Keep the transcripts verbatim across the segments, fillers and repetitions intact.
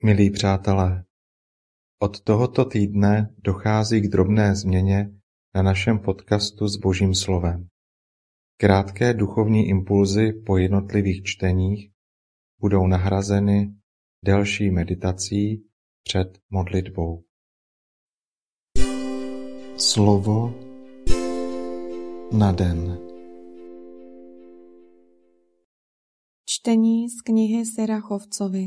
Milí přátelé, od tohoto týdne dochází k drobné změně na našem podcastu s Božím slovem. Krátké duchovní impulzy po jednotlivých čteních budou nahrazeny delší meditací před modlitbou. Slovo na den. Čtení z knihy Sirachovcovi.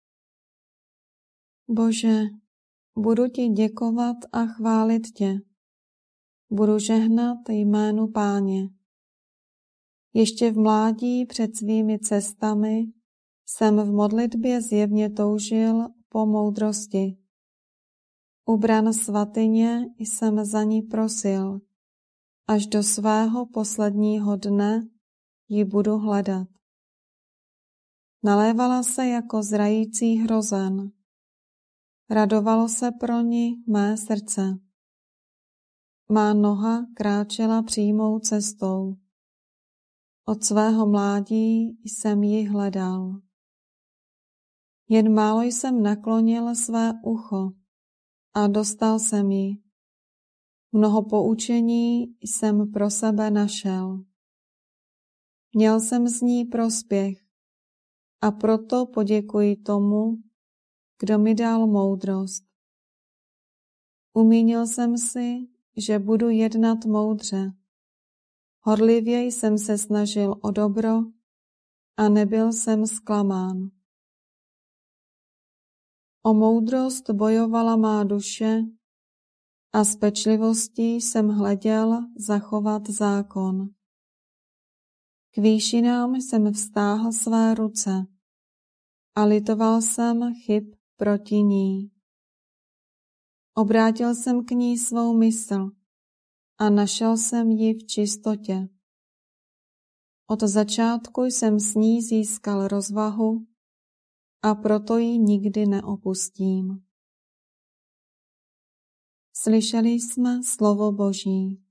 Bože, budu ti děkovat a chválit tě. Budu žehnat jménu Páně. Ještě v mládí před svými cestami jsem v modlitbě zjevně toužil po moudrosti. U bran svatyně jsem za ní prosil, až do svého posledního dne ji budu hledat. Nalévala se jako zrající hrozen. Radovalo se pro ní mé srdce. Má noha kráčela přímou cestou. Od svého mládí jsem ji hledal. Jen málo jsem naklonil své ucho a dostal jsem ji. Mnoho poučení jsem pro sebe našel. Měl jsem z ní prospěch a proto poděkuji tomu, kdo mi dal moudrost. Umínil jsem si, že budu jednat moudře. Horlivě jsem se snažil o dobro a nebyl jsem zklamán. O moudrost bojovala má duše a s pečlivostí jsem hleděl zachovat zákon. K výšinám jsem vztáhl své ruce a litoval jsem chyb proti ní. Obrátil jsem k ní svou mysl a našel jsem ji v čistotě. Od začátku jsem s ní získal rozvahu a proto ji nikdy neopustím. Slyšeli jsme slovo Boží.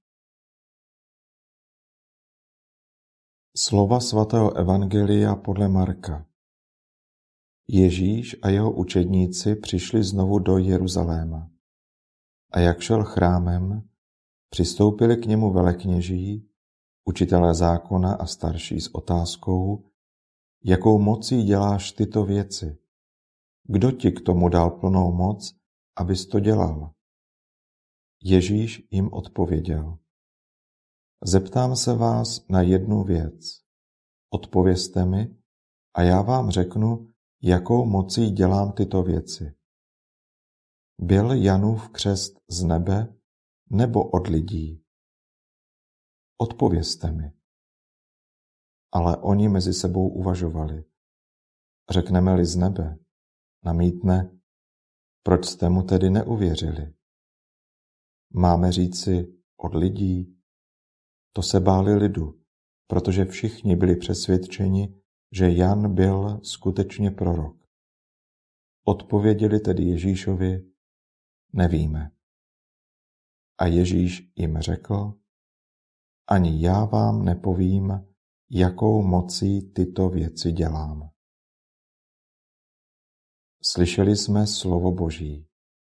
Slova svatého evangelia podle Marka. Ježíš a jeho učedníci přišli znovu do Jeruzaléma. A jak šel chrámem, přistoupili k němu velekněží, učitelé zákona a starší s otázkou, jakou mocí děláš tyto věci? Kdo ti k tomu dal plnou moc, abys to dělal? Ježíš jim odpověděl. Zeptám se vás na jednu věc. Odpovězte mi a já vám řeknu, jakou mocí dělám tyto věci. Byl Janův křest z nebe nebo od lidí? Odpovězte mi. Ale oni mezi sebou uvažovali. Řekneme-li z nebe, namítne, proč jste mu tedy neuvěřili? Máme říci od lidí? To se báli lidu, protože všichni byli přesvědčeni, že Jan byl skutečně prorok. Odpověděli tedy Ježíšovi, nevíme. A Ježíš jim řekl, ani já vám nepovím, jakou mocí tyto věci dělám. Slyšeli jsme slovo Boží.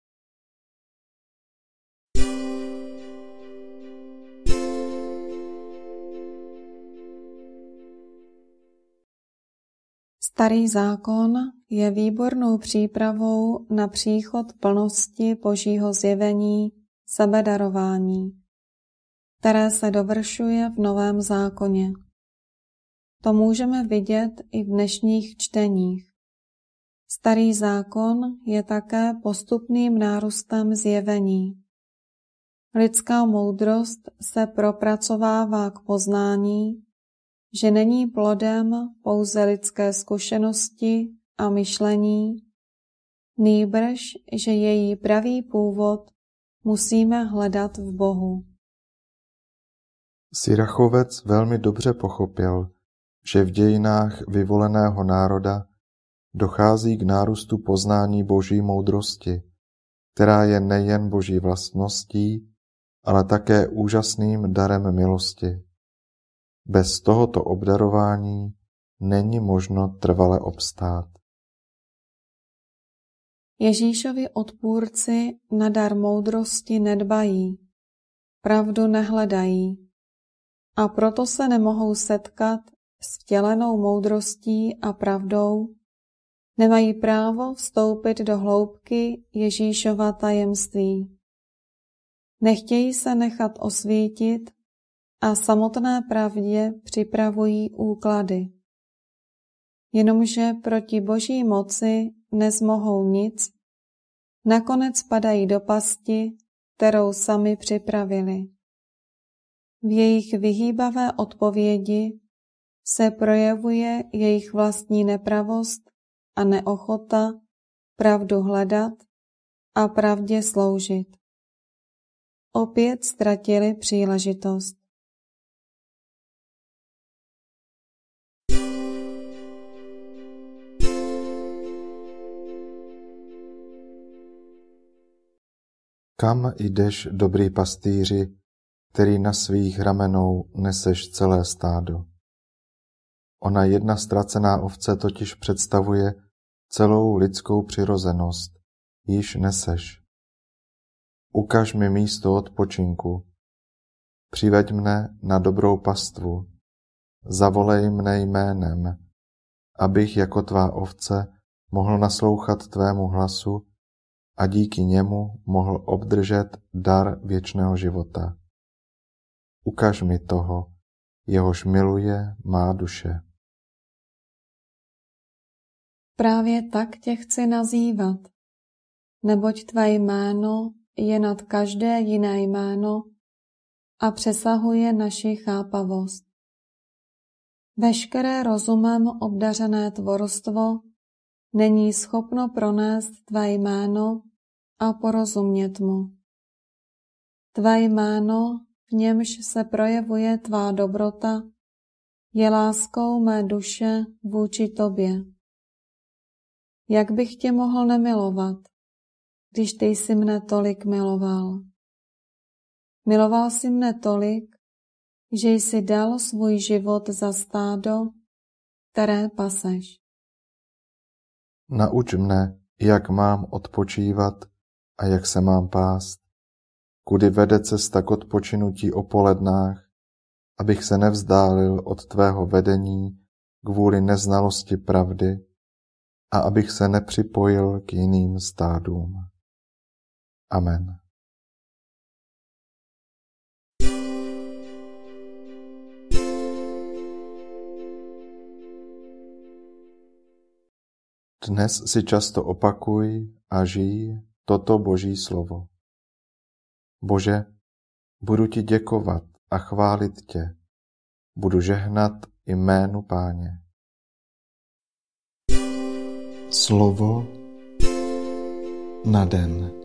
Starý zákon je výbornou přípravou na příchod plnosti Božího zjevení, sebedarování, které se dovršuje v Novém zákoně. To můžeme vidět i v dnešních čteních. Starý zákon je také postupným nárůstem zjevení. Lidská moudrost se propracovává k poznání, že není plodem pouze lidské zkušenosti a myšlení, nýbrž, že její pravý původ musíme hledat v Bohu. Sirachovec velmi dobře pochopil, že v dějinách vyvoleného národa dochází k nárůstu poznání Boží moudrosti, která je nejen Boží vlastností, ale také úžasným darem milosti. Bez tohoto obdarování není možno trvale obstát. Ježíšovi odpůrci na dar moudrosti nedbají, pravdu nehledají a proto se nemohou setkat s vtělenou moudrostí a pravdou, nemají právo vstoupit do hloubky Ježíšova tajemství. Nechtějí se nechat osvítit a samotné pravdě připravují úklady. Jenomže proti Boží moci nezmohou nic, nakonec padají do pasti, kterou sami připravili. V jejich vyhýbavé odpovědi se projevuje jejich vlastní nepravost a neochota pravdu hledat a pravdě sloužit. Opět ztratili příležitost. Kam jdeš, dobrý pastýři, který na svých ramenou neseš celé stádo? Ona jedna ztracená ovce totiž představuje celou lidskou přirozenost, již neseš. Ukaž mi místo odpočinku, přiveď mne na dobrou pastvu, zavolej mne jménem, abych jako tvá ovce mohl naslouchat tvému hlasu a díky němu mohl obdržet dar věčného života. Ukaž mi toho, jehož miluje má duše. Právě tak tě chci nazývat, neboť tvé jméno je nad každé jiné jméno a přesahuje naši chápavost. Veškeré rozumem obdařené tvorstvo není schopno pronést tvé jméno a porozumět mu. Tvé jméno, v němž se projevuje tvá dobrota, je láskou mé duše vůči tobě. Jak bych tě mohl nemilovat, když ty jsi mne tolik miloval? Miloval jsi mne tolik, že jsi dal svůj život za stádo, které paseš. Nauč mne, jak mám odpočívat a jak se mám pást, kudy vede cesta k odpočinutí o polednách, abych se nevzdálil od tvého vedení kvůli neznalosti pravdy a abych se nepřipojil k jiným stádům. Amen. Dnes si často opakuj a žij toto Boží slovo. Bože, budu ti děkovat a chválit tě. Budu žehnat jménu Páně. Slovo na den.